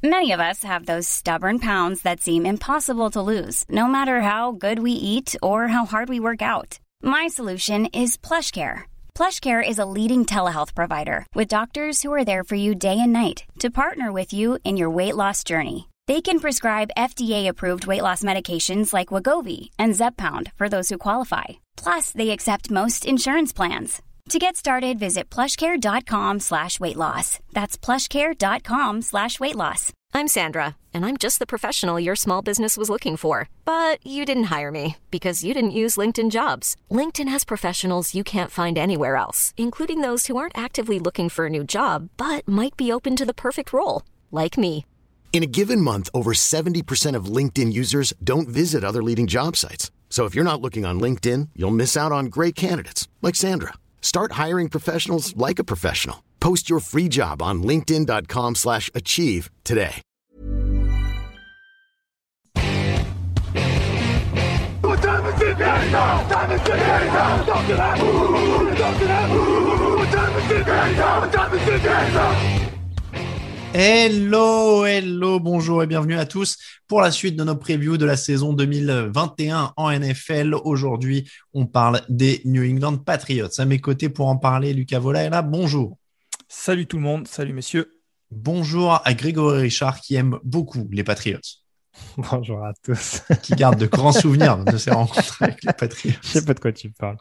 Many of us have those stubborn pounds that seem impossible to lose, no matter how good we eat or how hard we work out. My solution is PlushCare. PlushCare is a leading telehealth provider with doctors who are there for you day and night to partner with you in your weight loss journey. They can prescribe FDA-approved weight loss medications like Wegovy and Zepbound for those who qualify. Plus, they accept most insurance plans. To get started, visit plushcare.com/weightloss. That's plushcare.com/weightloss. I'm Sandra, and I'm just the professional your small business was looking for. But you didn't hire me because you didn't use LinkedIn Jobs. LinkedIn has professionals you can't find anywhere else, including those who aren't actively looking for a new job, but might be open to the perfect role, like me. In a given month, over 70% of LinkedIn users don't visit other leading job sites. So if you're not looking on LinkedIn, you'll miss out on great candidates like Sandra. Start hiring professionals like a professional. Post your free job on linkedin.com/achieve today. Hello, bonjour et bienvenue à tous pour la suite de nos previews de la saison 2021 en NFL. Aujourd'hui, on parle des New England Patriots. À mes côtés pour en parler, Lucas Vola est là. Bonjour. Salut tout le monde, salut messieurs. Bonjour à Grégory Richard qui aime beaucoup les Patriots. Bonjour à tous. Qui garde de grands souvenirs de ses rencontres avec les Patriots. Je sais pas de quoi tu parles.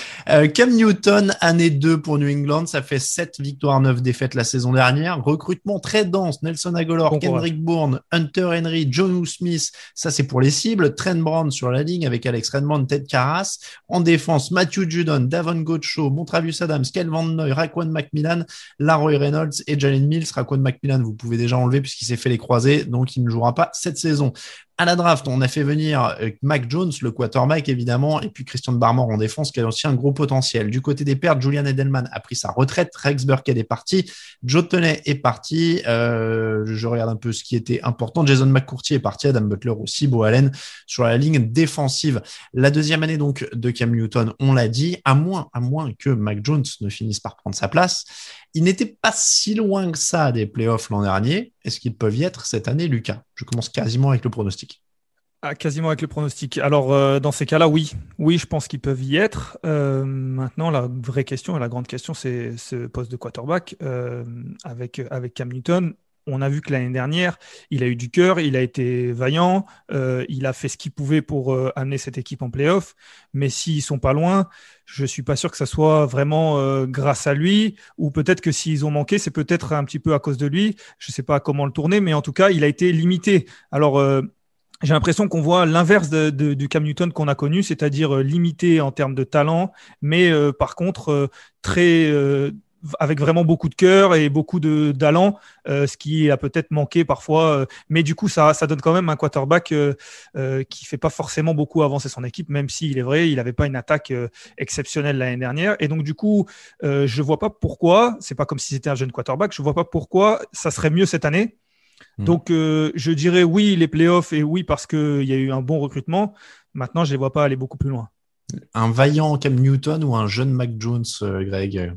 Cam Newton, année 2 pour New England. Ça fait 7 victoires, 9 défaites la saison dernière. Recrutement très dense. Nelson Agholor, Bon Kendrick Bourne, Hunter Henry, Jonnu Smith. Ça, c'est pour les cibles. Trent Brown sur la ligne avec Alex Redmond, Ted Karras. En défense, Matthew Judon, Davon Godchaux, Montravius Adams, Kel Van Noy, Raquan McMillan, Laroy Reynolds et Jalen Mills. Raquan McMillan, vous pouvez déjà enlever puisqu'il s'est fait les croisés. Donc, il ne jouera pas cette saison. À la draft, on a fait venir Mac Jones, le quarterback évidemment, et puis Christian Barmore en défense qui a aussi un gros potentiel. Du côté des pertes, Julian Edelman a pris sa retraite, Rex Burkhead est parti, Joe Toney est parti, je regarde un peu ce qui était important, Jason McCourty est parti, Adam Butler aussi, Beau Allen sur la ligne défensive. La deuxième année donc de Cam Newton, on l'a dit, à moins que Mac Jones ne finisse par prendre sa place. Il n'était pas si loin que ça des playoffs l'an dernier. Est-ce qu'ils peuvent y être cette année, Lucas? Je commence quasiment avec le pronostic. Quasiment avec le pronostic. Alors, dans ces cas-là, oui. Oui, je pense qu'ils peuvent y être. Maintenant, la vraie question et la grande question, c'est ce poste de quarterback avec Cam Newton. On a vu que l'année dernière, il a eu du cœur, il a été vaillant, il a fait ce qu'il pouvait pour amener cette équipe en play-off. Mais s'ils sont pas loin, je suis pas sûr que ça soit vraiment grâce à lui, ou peut-être que s'ils ont manqué, c'est peut-être un petit peu à cause de lui. Je sais pas comment le tourner, mais en tout cas, il a été limité. Alors, j'ai l'impression qu'on voit l'inverse du Cam Newton qu'on a connu, c'est-à-dire limité en termes de talent, mais par contre très avec vraiment beaucoup de cœur et beaucoup d'allant, ce qui a peut-être manqué parfois. Mais du coup, ça donne quand même un quarterback qui fait pas forcément beaucoup avancer son équipe, même s'il est vrai, il avait pas une attaque exceptionnelle l'année dernière. Et donc, du coup, je vois pas pourquoi, c'est pas comme si c'était un jeune quarterback, je vois pas pourquoi ça serait mieux cette année. Donc, je dirais oui, les playoffs, et oui, parce qu'il y a eu un bon recrutement. Maintenant, je les vois pas aller beaucoup plus loin. Un vaillant Cam Newton ou un jeune Mac Jones, Greg?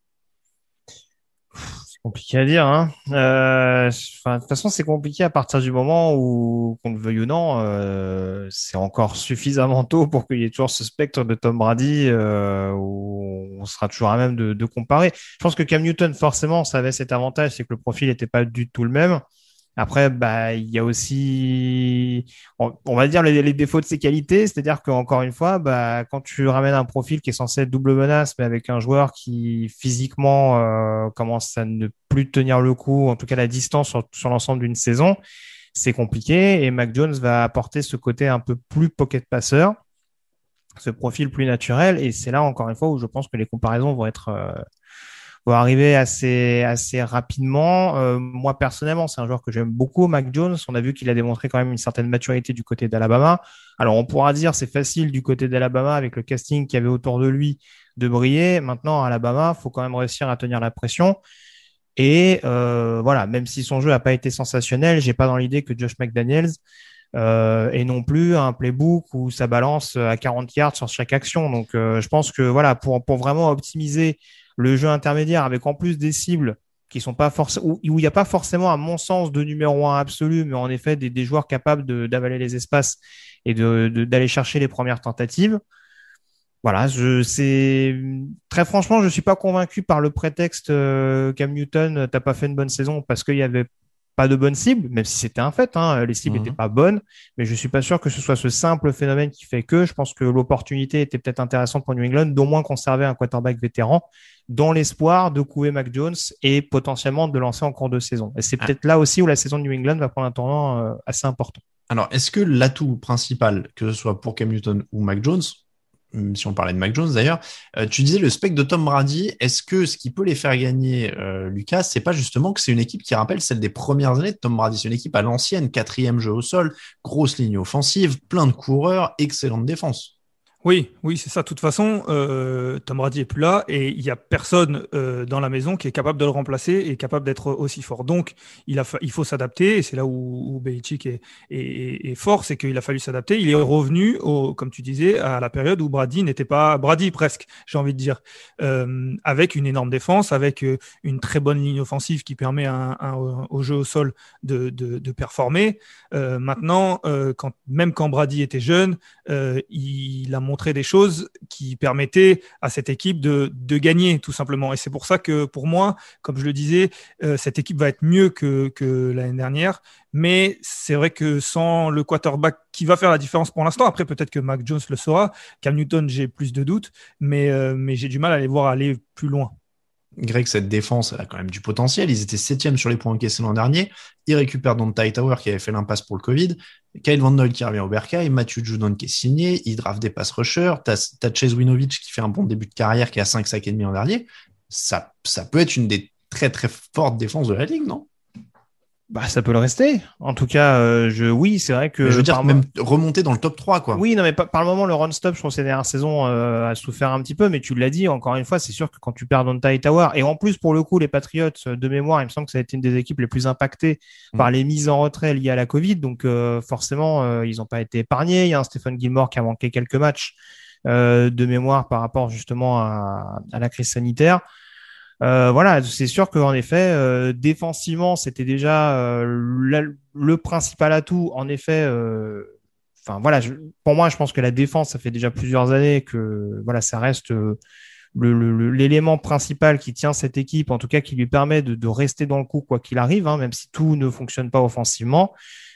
C'est compliqué à dire, hein. De toute façon, c'est compliqué à partir du moment où, qu'on le veuille ou non, c'est encore suffisamment tôt pour qu'il y ait toujours ce spectre de Tom Brady où on sera toujours à même de comparer. Je pense que Cam Newton, forcément, ça avait cet avantage, c'est que le profil n'était pas du tout le même. Après, il y a aussi, on va dire les défauts de ses qualités, c'est-à-dire qu'encore une fois, quand tu ramènes un profil qui est censé être double menace, mais avec un joueur qui physiquement commence à ne plus tenir le coup, en tout cas la distance sur l'ensemble d'une saison, c'est compliqué. Et Mac Jones va apporter ce côté un peu plus pocket passeur, ce profil plus naturel. Et c'est là encore une fois où je pense que les comparaisons vont arriver assez rapidement. Moi, personnellement, c'est un joueur que j'aime beaucoup, Mac Jones. On a vu qu'il a démontré quand même une certaine maturité du côté d'Alabama. Alors, on pourra dire c'est facile du côté d'Alabama avec le casting qu'il y avait autour de lui de briller. Maintenant, à Alabama, faut quand même réussir à tenir la pression. Et voilà, même si son jeu n'a pas été sensationnel, j'ai pas dans l'idée que Josh McDaniels et non plus un playbook où ça balance à 40 yards sur chaque action. Donc, je pense que voilà, pour vraiment optimiser le jeu intermédiaire avec en plus des cibles qui sont pas forcément où il n'y a pas forcément, à mon sens, de numéro un absolu, mais en effet des joueurs capables d'avaler les espaces et d'aller chercher les premières tentatives. Voilà, très franchement, je suis pas convaincu par le prétexte Cam Newton, t'as pas fait une bonne saison parce qu'il y avait pas de bonne cible, même si c'était un fait, hein, les cibles n'étaient pas bonnes, mais je suis pas sûr que ce soit ce simple phénomène qui fait que. Je pense que l'opportunité était peut-être intéressante pour New England d'au moins conserver un quarterback vétéran dans l'espoir de couver Mac Jones et potentiellement de le lancer en cours de saison. Et c'est peut-être là aussi où la saison de New England va prendre un tournant assez important. Alors, est-ce que l'atout principal, que ce soit pour Cam Newton ou Mac Jones, si on parlait de Mac Jones d'ailleurs, tu disais le spectre de Tom Brady, est-ce que ce qui peut les faire gagner, Lucas, c'est pas justement que c'est une équipe qui rappelle celle des premières années de Tom Brady? C'est une équipe à l'ancienne, 4e jeu au sol, grosse ligne offensive, plein de coureurs, excellente défense. Oui, c'est ça. De toute façon, Tom Brady est plus là et il y a personne dans la maison qui est capable de le remplacer et capable d'être aussi fort. Donc, il faut s'adapter et c'est là où Belichick est fort, c'est qu'il a fallu s'adapter. Il est revenu, comme tu disais, à la période où Brady n'était pas Brady presque, j'ai envie de dire, avec une énorme défense, avec une très bonne ligne offensive qui permet au jeu au sol de performer. Maintenant, même quand Brady était jeune, il a montré des choses qui permettaient à cette équipe de gagner tout simplement. Et c'est pour ça que pour moi, comme je le disais, cette équipe va être mieux que l'année dernière. Mais c'est vrai que sans le quarterback qui va faire la différence pour l'instant, après peut-être que Mac Jones le saura, Cam Newton, j'ai plus de doutes, mais j'ai du mal à les voir aller plus loin. Greg, cette défense, elle a quand même du potentiel. Ils étaient 7e sur les points encaissés l'an dernier. Ils récupèrent Donta Hightower qui avait fait l'impasse pour le Covid. Kyle Van Noy qui revient au Bercail. Matthew Judon qui est signé. Ils draftent des pass rushers. T'as Chase Winovich qui fait un bon début de carrière qui a 5 sacs et demi l'an dernier. Ça peut être une des très très fortes défenses de la ligue, non? Bah, ça peut le rester. En tout cas, oui, c'est vrai que. Mais je veux dire, même remonter dans le top 3, quoi. Oui, non, mais par le moment, le run-stop, je pense que ces dernières saisons a souffert un petit peu, mais tu l'as dit, encore une fois, c'est sûr que quand tu perds Donta Hightower, et en plus, pour le coup, les Patriots, de mémoire, il me semble que ça a été une des équipes les plus impactées par les mises en retrait liées à la Covid, donc forcément, ils n'ont pas été épargnés. Il y a un Stephen Gilmore qui a manqué quelques matchs de mémoire par rapport justement à la crise sanitaire. Voilà, c'est sûr qu'en effet, défensivement, c'était déjà le principal atout. En effet, enfin voilà, pour moi, je pense que la défense, ça fait déjà plusieurs années que voilà, ça reste l'élément principal qui tient cette équipe, en tout cas qui lui permet de rester dans le coup quoi qu'il arrive, hein, même si tout ne fonctionne pas offensivement.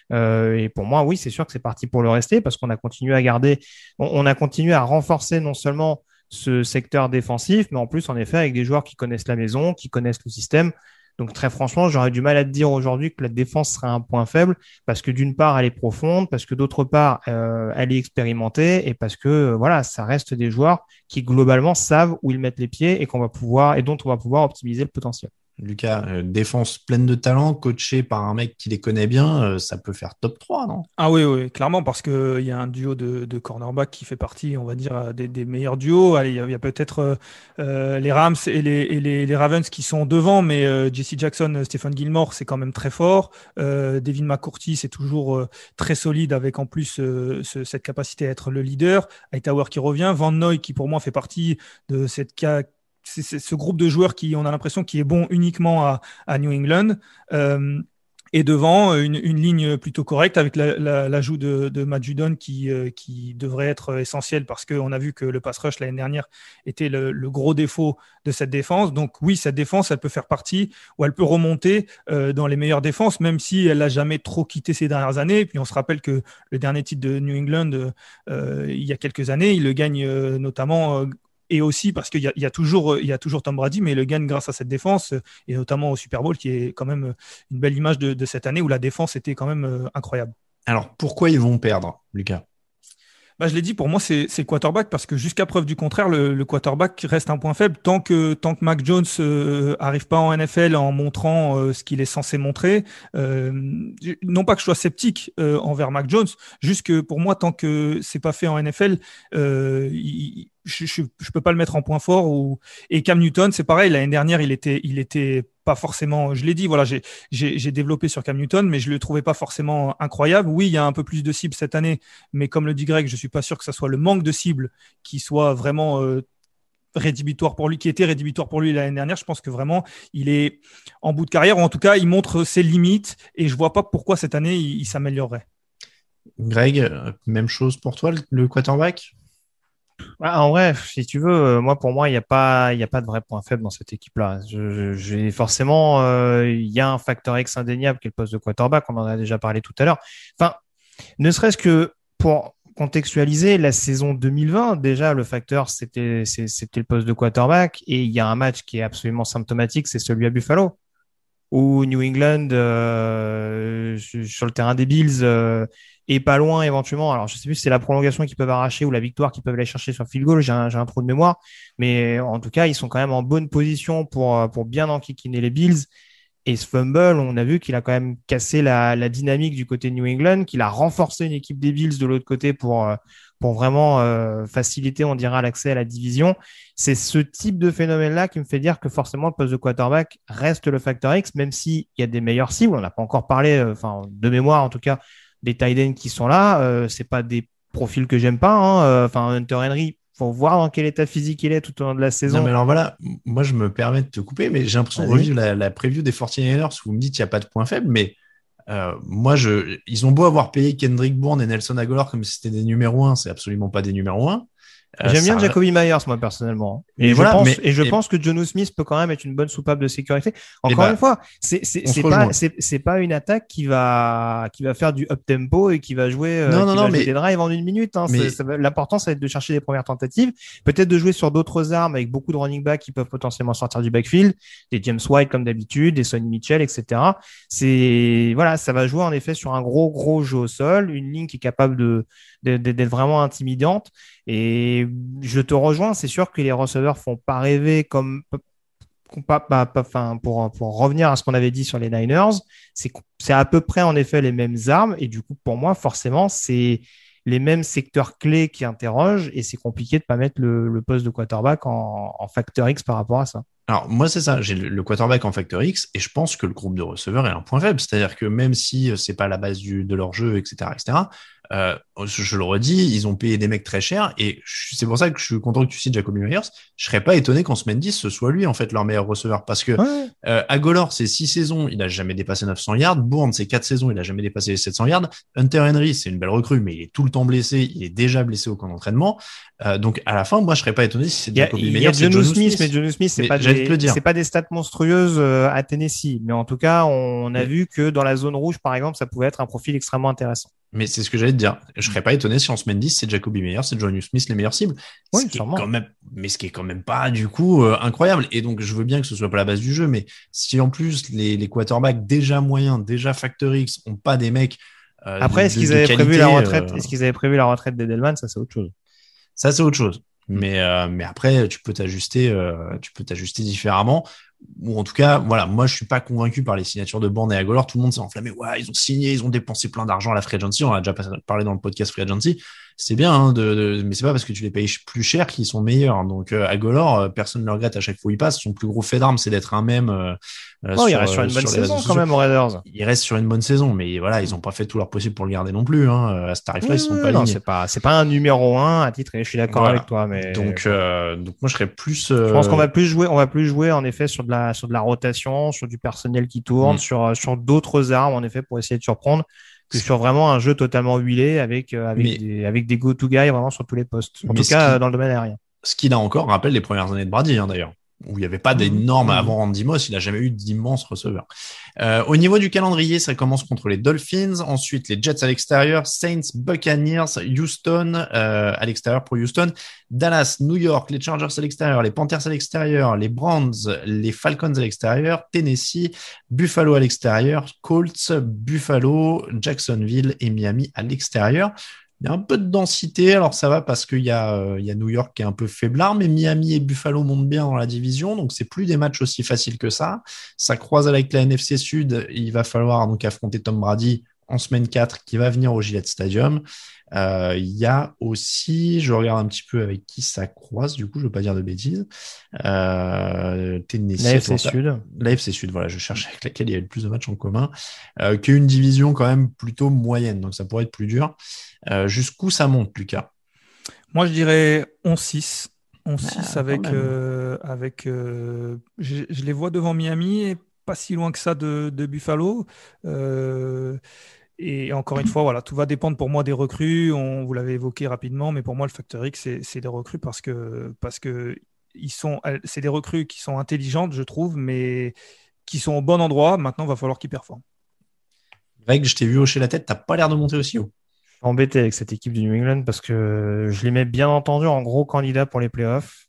Et pour moi, oui, c'est sûr que c'est parti pour le rester parce qu'on a continué à garder, on a continué à renforcer non seulement ce secteur défensif, mais en plus, en effet, avec des joueurs qui connaissent la maison, qui connaissent le système. Donc, très franchement, j'aurais du mal à te dire aujourd'hui que la défense serait un point faible parce que d'une part, elle est profonde, parce que d'autre part, elle est expérimentée et parce que, voilà, ça reste des joueurs qui, globalement, savent où ils mettent les pieds et dont on va pouvoir optimiser le potentiel. Lucas, défense pleine de talent, coachée par un mec qui les connaît bien, ça peut faire top 3, non? Ah oui, clairement, parce qu'il y a un duo de cornerback qui fait partie, on va dire, des meilleurs duos. Allez, il y a peut-être les Rams et les Ravens qui sont devant, mais Jesse Jackson, Stephen Gilmore, c'est quand même très fort. Devin McCourty, c'est toujours très solide avec en plus cette capacité à être le leader. Hightower qui revient. Van Noy qui, pour moi, fait partie de c'est ce groupe de joueurs qui, on a l'impression, qui est bon uniquement à New England. Et devant, une ligne plutôt correcte avec l'ajout de Matt Judon qui devrait être essentiel parce qu'on a vu que le pass rush l'année dernière était le gros défaut de cette défense. Donc oui, cette défense, elle peut faire partie ou elle peut remonter dans les meilleures défenses, même si elle n'a jamais trop quitté ces dernières années. Et puis on se rappelle que le dernier titre de New England, il y a quelques années, il le gagne notamment et aussi parce qu'il y a toujours Tom Brady, mais il le gagne grâce à cette défense, et notamment au Super Bowl, qui est quand même une belle image de cette année où la défense était quand même incroyable. Alors, pourquoi ils vont perdre, Lucas? Je l'ai dit, pour moi, c'est le quarterback, parce que jusqu'à preuve du contraire, le quarterback reste un point faible tant que Mac Jones arrive pas en NFL en montrant ce qu'il est censé montrer. Non pas que je sois sceptique envers Mac Jones, juste que pour moi, tant que c'est pas fait en NFL, je peux pas le mettre en point fort. Et Cam Newton, c'est pareil. L'année dernière, il était pas forcément. Je l'ai dit, voilà, j'ai développé sur Cam Newton, mais je le trouvais pas forcément incroyable. Oui, il y a un peu plus de cibles cette année, mais comme le dit Greg, je suis pas sûr que ça soit le manque de cibles qui soit vraiment rédhibitoire pour lui, qui était rédhibitoire pour lui l'année dernière. Je pense que vraiment, il est en bout de carrière, ou en tout cas, il montre ses limites, et je vois pas pourquoi cette année, il s'améliorerait. Greg, même chose pour toi, le quarterback? En vrai, si tu veux, pour moi, il n'y a pas de vrai point faible dans cette équipe-là. Forcément, il y a un facteur X indéniable qui est le poste de quarterback. On en a déjà parlé tout à l'heure. Enfin, ne serait-ce que pour contextualiser la saison 2020, déjà, le facteur, c'était le poste de quarterback. Et il y a un match qui est absolument symptomatique, c'est celui à Buffalo, où New England, sur le terrain des Bills, et pas loin éventuellement. Alors, je sais plus si c'est la prolongation qu'ils peuvent arracher ou la victoire qu'ils peuvent aller chercher sur field goal. J'ai un trou de mémoire. Mais en tout cas, ils sont quand même en bonne position pour bien enquiquiner les Bills. Et ce fumble, on a vu qu'il a quand même cassé la dynamique du côté de New England, qu'il a renforcé une équipe des Bills de l'autre côté pour vraiment faciliter, on dira, l'accès à la division. C'est ce type de phénomène-là qui me fait dire que forcément le poste de quarterback reste le facteur X, même s'il y a des meilleures cibles. On n'a pas encore parlé, de mémoire en tout cas, des tight ends qui sont là. C'est pas des profils que j'aime pas. Hunter Henry, faut voir dans quel état physique il est tout au long de la saison. Non, mais alors voilà, moi je me permets de te couper, mais j'ai l'impression de revivre la preview des 49ers où vous me dites qu'il n'y a pas de point faible, mais ils ont beau avoir payé Kendrick Bourne et Nelson Agholor comme si c'était des numéros 1, c'est absolument pas des numéros 1. J'aime bien Jacoby Myers, moi, personnellement. Et je pense que Jonnu Smith peut quand même être une bonne soupape de sécurité. Encore une fois, c'est pas une attaque qui va faire du up tempo et qui va jouer, des drives en 1 minute, hein. L'important, ça va être de chercher les premières tentatives. Peut-être de jouer sur d'autres armes avec beaucoup de running backs qui peuvent potentiellement sortir du backfield. Des James White, comme d'habitude, des Sonny Mitchell, etc. Ça va jouer, en effet, sur un gros jeu au sol, une ligne qui est capable d'être vraiment intimidante. Et je te rejoins, c'est sûr que les receveurs font pas rêver pour revenir à ce qu'on avait dit sur les Niners, c'est à peu près en effet les mêmes armes et du coup pour moi forcément c'est les mêmes secteurs clés qui interrogent et c'est compliqué de pas mettre le poste de quarterback en facteur X par rapport à ça. Alors moi c'est ça, j'ai le quarterback en facteur X et je pense que le groupe de receveurs est un point faible, c'est-à-dire que même si c'est pas la base de leur jeu, etc., je le redis, ils ont payé des mecs très chers et c'est pour ça que je suis content que tu cites Jacoby Myers. Je serais pas étonné qu'en semaine 10 ce soit lui en fait leur meilleur receveur parce que Agholor c'est 6 saisons, il a jamais dépassé 900 yards, Bourne c'est 4 saisons, il a jamais dépassé les 700 yards, Hunter Henry c'est une belle recrue mais il est tout le temps blessé, il est déjà blessé au camp d'entraînement. Donc à la fin moi je serais pas étonné si c'est Jacoby Myers. Il y a Jonnu Smith, mais Jonnu Smith c'est pas des stats monstrueuses à Tennessee, mais en tout cas on a vu que dans la zone rouge par exemple ça pouvait être un profil extrêmement intéressant. Mais c'est ce que j'allais te dire. Je serais pas étonné si en semaine 10, c'est Jacoby Myers, c'est Jonnu Smith les meilleures cibles. Oui, Ce qui est quand même pas, du coup, incroyable. Et donc, je veux bien que ce soit pas la base du jeu, mais si en plus, les quarterbacks déjà moyens, déjà Factor X, ont pas des mecs, après, est-ce qu'ils avaient prévu la retraite? Est-ce qu'ils avaient prévu la retraite d'Edelman? Ça, c'est autre chose. Ça, c'est autre chose. Mais après, tu peux t'ajuster différemment. Ou en tout cas, voilà, moi je suis pas convaincu par les signatures de Bourne et Agholor. Tout le monde s'est enflammé. Ouais, ils ont signé, ils ont dépensé plein d'argent à la free agency. On a déjà parlé dans le podcast free agency. C'est bien, hein, mais c'est pas parce que tu les payes plus cher qu'ils sont meilleurs. Donc Agholor, personne ne le regrette à chaque fois où il passe. Son plus gros fait d'arme, c'est d'être un même. Il reste sur une bonne saison quand même aux Raiders. Il reste sur une bonne saison, mais voilà, ils ont pas fait tout leur possible pour le garder non plus. Hein. À ce tarif-là, ils sont pas alignés. C'est pas un numéro 1 à titre. Je suis d'accord avec toi, mais donc moi je serais plus. Je pense qu'on va plus jouer en effet sur de la rotation, sur du personnel qui tourne, sur d'autres armes en effet pour essayer de surprendre. Que sur vraiment un jeu totalement huilé avec des go-to guys vraiment sur tous les postes. En tout cas, dans le domaine aérien. Ce qu'il a encore rappelle les premières années de Brady, hein, d'ailleurs, où il n'y avait pas d'énormes avant Randy Moss, il n'a jamais eu d'immenses receveurs. Au niveau du calendrier, ça commence contre les Dolphins, ensuite les Jets à l'extérieur, Saints, Buccaneers, Houston à l'extérieur pour Houston, Dallas, New York, les Chargers à l'extérieur, les Panthers à l'extérieur, les Browns, les Falcons à l'extérieur, Tennessee, Buffalo à l'extérieur, Colts, Buffalo, Jacksonville et Miami à l'extérieur. Il y a un peu de densité, alors ça va parce qu'il y a New York qui est un peu faiblard, mais Miami et Buffalo montent bien dans la division, donc c'est plus des matchs aussi faciles que ça. Ça croise avec la NFC Sud, il va falloir donc affronter Tom Brady en semaine 4 qui va venir au Gillette Stadium. Il y a aussi, je regarde un petit peu avec qui ça croise, du coup je ne veux pas dire de bêtises. Tennessee, l'AFC Sud. L'AFC Sud, voilà, je cherche avec laquelle il y a le plus de matchs en commun, qui est une division quand même plutôt moyenne, donc ça pourrait être plus dur. Jusqu'où ça monte, Lucas? Moi je dirais 11-6. 11-6 avec je les vois devant Miami et pas si loin que ça de Buffalo. Et encore une fois, voilà, tout va dépendre pour moi des recrues. Vous l'avez évoqué rapidement, mais pour moi, le facteur X, c'est des recrues parce que c'est des recrues qui sont intelligentes, je trouve, mais qui sont au bon endroit. Maintenant, il va falloir qu'ils performent. Greg, je t'ai vu hocher la tête, t'as pas l'air de monter aussi haut. Je suis embêté avec cette équipe du New England parce que je les mets bien entendu en gros candidat pour les playoffs.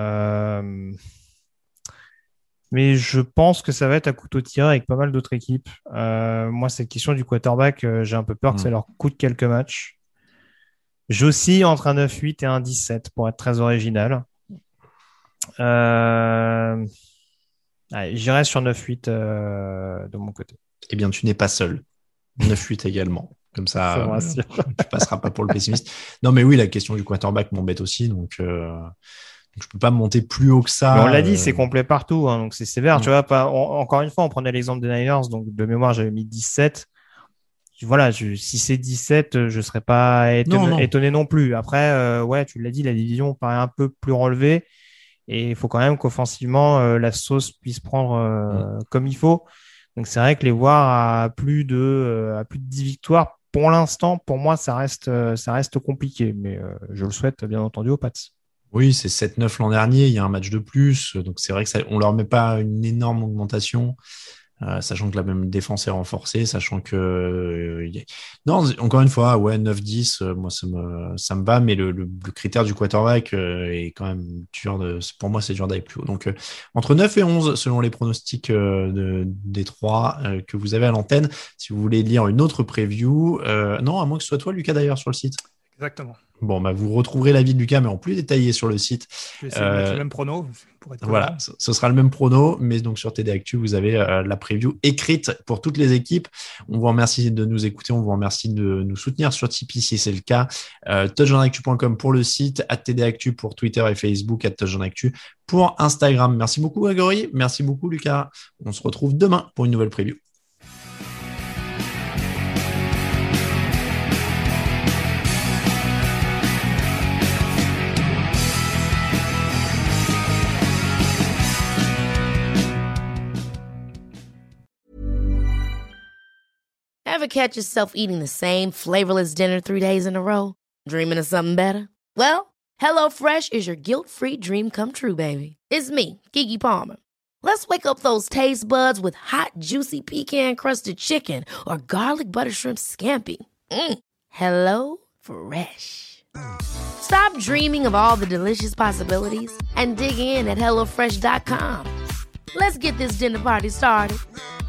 Mais je pense que ça va être à couteau tiré avec pas mal d'autres équipes. Moi, cette question du quarterback, j'ai un peu peur que ça leur coûte quelques matchs. J'oscille entre un 9-8 et un 17 pour être très original. Allez, j'irai sur 9-8 de mon côté. Eh bien, tu n'es pas seul. 9-8 également. Comme ça, tu passeras pas pour le pessimiste. Non, mais oui, la question du quarterback m'embête aussi. Donc, je peux pas monter plus haut que ça. Mais on l'a dit, c'est complet partout. Hein, donc, c'est sévère. Tu vois, encore une fois, on prenait l'exemple des Niners. Donc, de mémoire, j'avais mis 17. Voilà, si c'est 17, je serais pas étonné non plus. Après, ouais, tu l'as dit, la division paraît un peu plus relevée. Et il faut quand même qu'offensivement, la sauce puisse prendre comme il faut. Donc, c'est vrai que les voir à plus de 10 victoires, pour l'instant, pour moi, ça reste compliqué. Mais je le souhaite, bien entendu, aux Pats. Oui, c'est 7-9 l'an dernier. Il y a un match de plus. Donc, c'est vrai que on leur met pas une énorme augmentation. Sachant que la même défense est renforcée, sachant que non, encore une fois, ouais, 9-10, moi ça me va, mais le critère du quarterback est quand même dur pour moi, c'est dur d'aller plus haut. Donc entre 9 et 11 selon les pronostics des trois que vous avez à l'antenne. Si vous voulez lire une autre preview, non, à moins que ce soit toi, Lucas, d'ailleurs, sur le site. Exactement. Bon, bah, vous retrouverez l'avis de Lucas, mais en plus détaillé sur le site. Je vais essayer de mettre le même prono. Pour être voilà, ce sera le même prono, mais donc sur TD Actu, vous avez la preview écrite pour toutes les équipes. On vous remercie de nous écouter, on vous remercie de nous soutenir sur Tipeee si c'est le cas. touchdownactu.com pour le site, @TD Actu pour Twitter et Facebook, @touchdownactu pour Instagram. Merci beaucoup, Grégory. Merci beaucoup, Lucas. On se retrouve demain pour une nouvelle preview. Ever catch yourself eating the same flavorless dinner 3 days in a row? Dreaming of something better? Well, HelloFresh is your guilt-free dream come true, baby. It's me, Keke Palmer. Let's wake up those taste buds with hot, juicy pecan-crusted chicken or garlic butter shrimp scampi. HelloFresh. Stop dreaming of all the delicious possibilities and dig in at HelloFresh.com. Let's get this dinner party started.